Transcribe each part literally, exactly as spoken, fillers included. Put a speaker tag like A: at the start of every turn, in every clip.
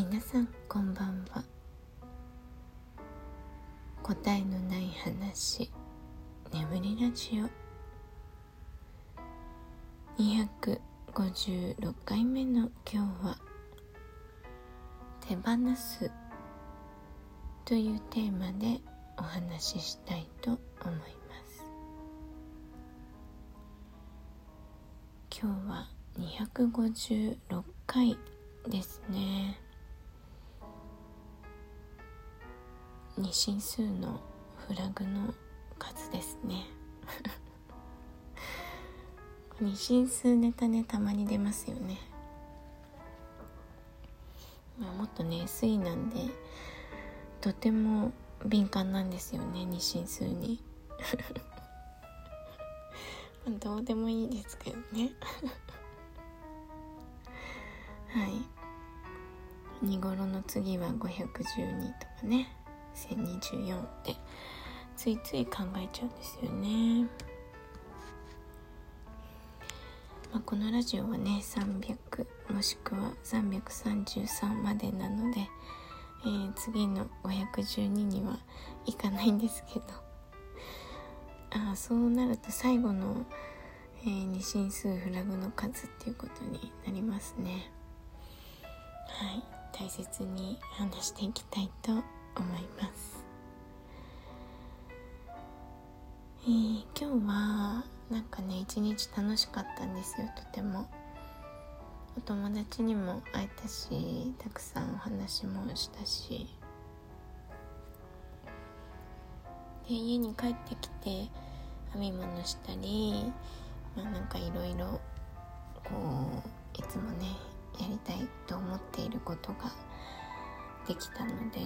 A: 皆さんこんばんは。答えのない話、眠りラジオにひゃくごじゅうろっかいめの今日は、手放すというテーマでお話ししたいと思います。今日はにひゃくごじゅうろっかいですね。二進数のフラグの数ですね。二進数ネタね、たまに出ますよね。まあ、もっとね推なんでとても敏感なんですよね、二進数に。どうでもいいですけどね。はい。に頃の次はごひゃくじゅうにとかね、せんにじゅうよんってついつい考えちゃうんですよね。まあ、このラジオはねさんびゃくもしくはさんびゃくさんじゅうさんまでなので、えー、次のごひゃくじゅうににはいかないんですけど、あそうなると最後の、えー、二進数フラグの数っていうことになりますね。はい、大切に話していきたいと思います。えー、今日はなんかね一日楽しかったんですよ。とてもお友達にも会えたし、たくさんお話もしたし、で家に帰ってきて編み物したり、まあなんかいろいろこういつもねやりたいと思っていることができたので、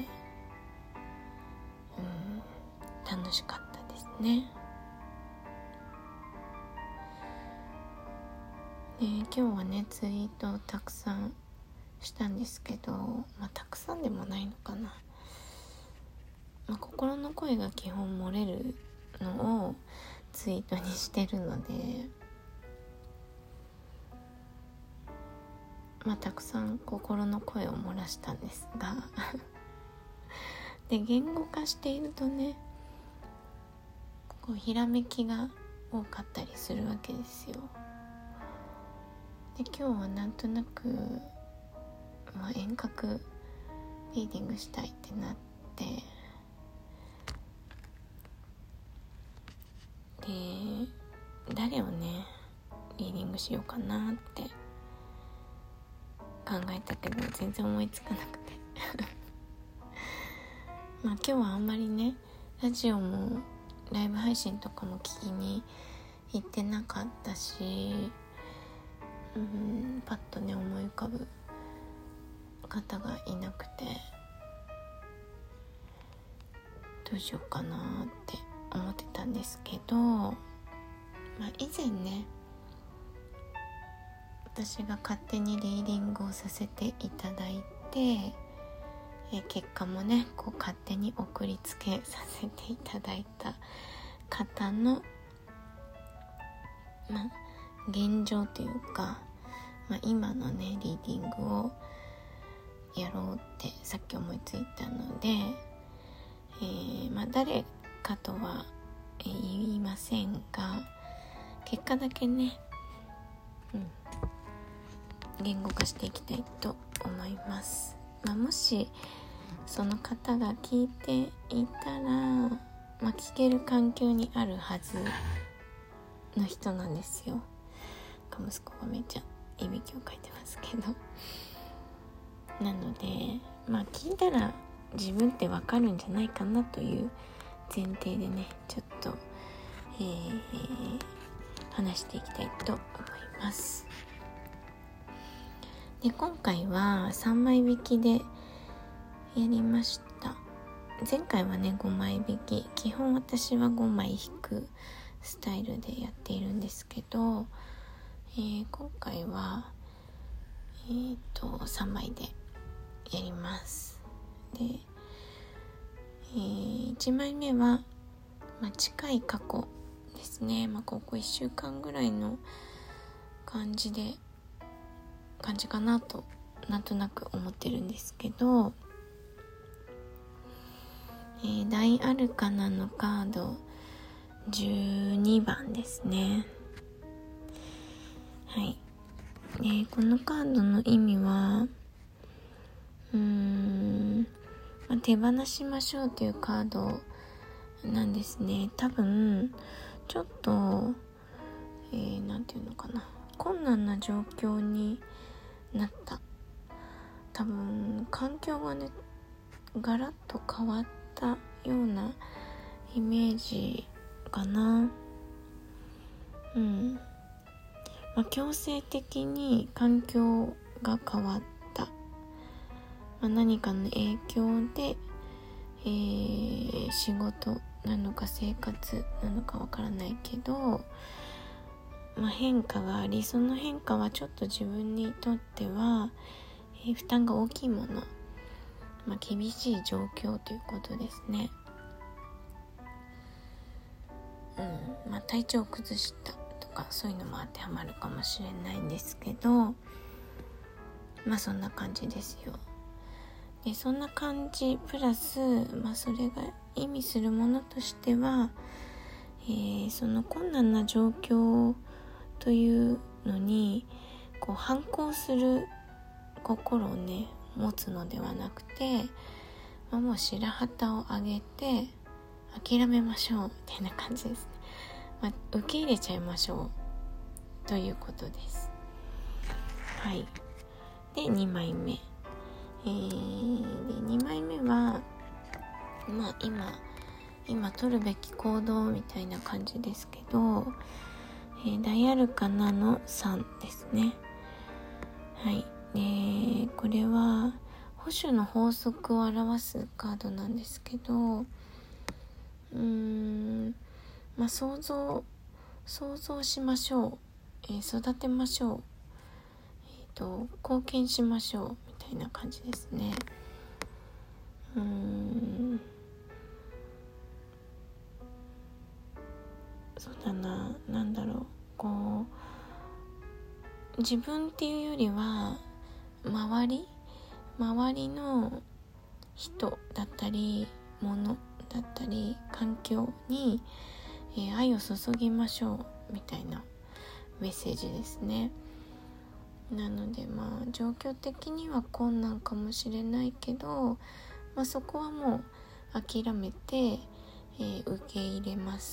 A: うん楽しかったですね。で今日はねツイートをたくさんしたんですけど、まあたくさんでもないのかな、まあ、心の声が基本漏れるのをツイートにしてるので、まあたくさん心の声を漏らしたんですがで言語化しているとね、こうひらめきが多かったりするわけですよ。で今日はなんとなく、まあ、遠隔リーディングしたいってなって、で誰をねリーディングしようかなって考えたけど全然思いつかなくてまあ今日はあんまりねラジオもライブ配信とかも聞きに行ってなかったし、うんパッとね思い浮かぶ方がいなくてどうしようかなって思ってたんですけど、まあ、以前ね私が勝手にリーディングをさせていただいて、え結果もねこう勝手に送りつけさせていただいた方の、まあ、現状というか、まあ、今のねリーディングをやろうってさっき思いついたので、えーまあ、誰かとは言いませんが結果だけね、うん、言語化していきたいと思います。まあ、もしその方が聞いていたら、まあ、聞ける環境にあるはずの人なんですよ。息子がめっちゃいびきをかいてますけどなのでまあ聞いたら自分ってわかるんじゃないかなという前提でねちょっと、えー、話していきたいと思います。で今回はさんまい引きでやりました。前回はねごまい引き、基本私はごまい引くスタイルでやっているんですけど、えー、今回はえーとさんまいでやります。で、えー、いちまいめは、まあ、近い過去ですね、まあ、ここいっしゅうかんぐらいの感じで感じかなとなんとなく思ってるんですけど、えー、大アルカナのカードじゅうにばんですね。はい。でこのカードの意味はうーん、まあ、手放しましょうというカードなんですね。多分ちょっと、えー、なんていうのかな、困難な状況になった。多分環境がねガラッと変わったようなイメージかな。うん。まあ、強制的に環境が変わった。まあ、何かの影響で、えー、仕事なのか生活なのかわからないけど、まあ、変化があり、その変化はちょっと自分にとっては、えー、負担が大きいもの、まあ、厳しい状況ということですね。うん、まあ、体調を崩したとかそういうのも当てはまるかもしれないんですけど、まあそんな感じですよ。でそんな感じプラス、まあ、それが意味するものとしては、えー、その困難な状況というのにこう反抗する心をね持つのではなくて、まあ、もう白旗をあげて諦めましょうみたいな感じですね。まあ、受け入れちゃいましょうということです。はい。でにまいめ、えー、でにまいめはまあ今今取るべき行動みたいな感じですけど、えー、大アルカナのさんですね。はい。でこれは保守の法則を表すカードなんですけど、うーんまあ想像想像しましょう、えー、育てましょう、えーと貢献しましょうみたいな感じですね。うーんそうだな、なんだろう、こう自分っていうよりは周り周りの人だったり物だったり環境に、えー、愛を注ぎましょうみたいなメッセージですね。なのでまあ状況的には困難かもしれないけど、まあ、そこはもう諦めて、えー、受け入れます。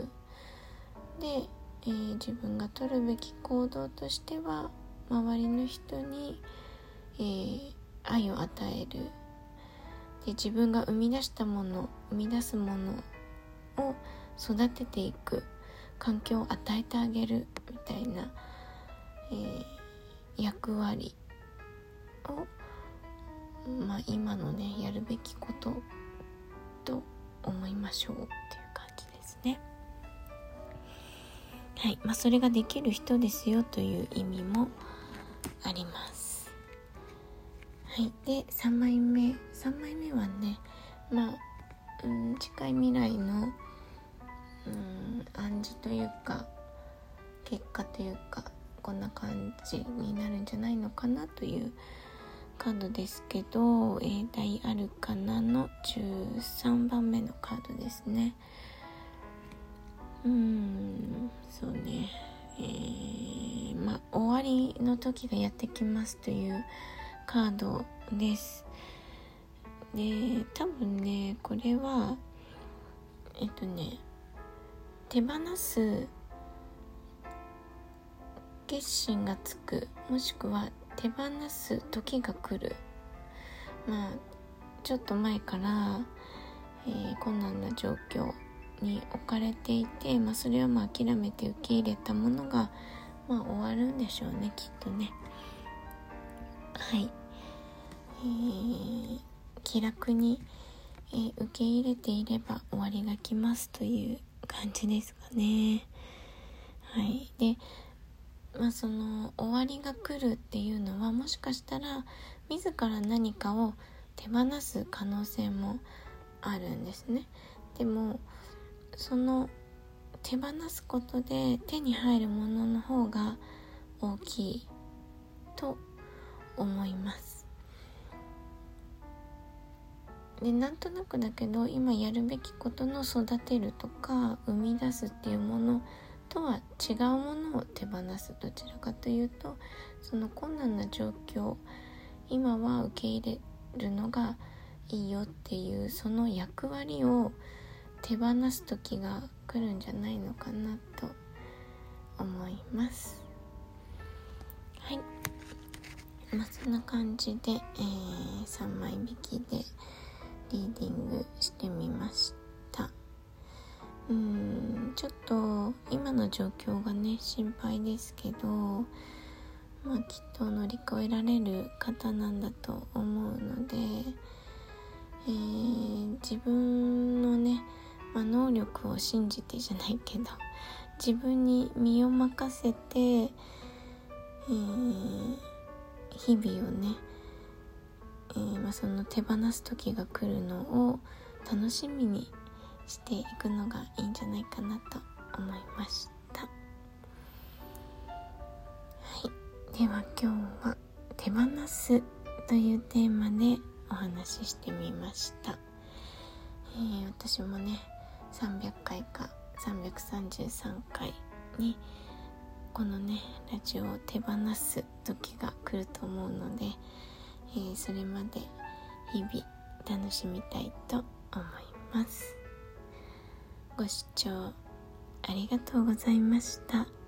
A: で、えー、自分が取るべき行動としては周りの人に、えー、愛を与える。で自分が生み出したもの生み出すものを育てていく環境を与えてあげるみたいな、えー、役割を、まあ、今のねやるべきことと思いましょうっていう感じですね。はい、まあ、それができる人ですよという意味もあります。はい、でさんまいめさんまいめはね、まあ、うん、近い未来の、うん、暗示というか結果というかこんな感じになるんじゃないのかなというカードですけど、えー、大アルカナのじゅうさんばんめのカードですね。うーんそうね、えー、まあ終わりの時がやってきますというカードです。で多分ねこれはえっとね手放す決心がつく、もしくは手放す時が来る。まあちょっと前から、えー、困難な状況に置かれていて、まあ、それをまあ諦めて受け入れたものが、まあ、終わるんでしょうねきっとね。はい、えー、気楽に、えー、受け入れていれば終わりが来ますという感じですかね。はい。でまあその終わりが来るっていうのはもしかしたら自ら何かを手放す可能性もあるんですね。でもその手放すことで手に入るものの方が大きいと思います。でなんとなくだけど今やるべきことの育てるとか生み出すっていうものとは違うものを手放す、どちらかというとその困難な状況、今は受け入れるのがいいよっていうその役割を手放す時が来るんじゃないのかなと思います。はい、まあ、そんな感じで、えー、さんまい引きでリーディングしてみました。うーんちょっと今の状況がね心配ですけど、まあきっと乗り越えられる方なんだと思うので、えー、自分のね、まあ、能力を信じてじゃないけど自分に身を任せて、えー、日々をね、えーまあ、その手放す時が来るのを楽しみにしていくのがいいんじゃないかなと思いました。はい、では今日は手放すというテーマでお話ししてみました。えー、私もねさんびゃっかいかさんびゃくさんじゅうさんかいにこのねラジオを手放す時が来ると思うので、えー、それまで日々楽しみたいと思います。ご視聴ありがとうございました。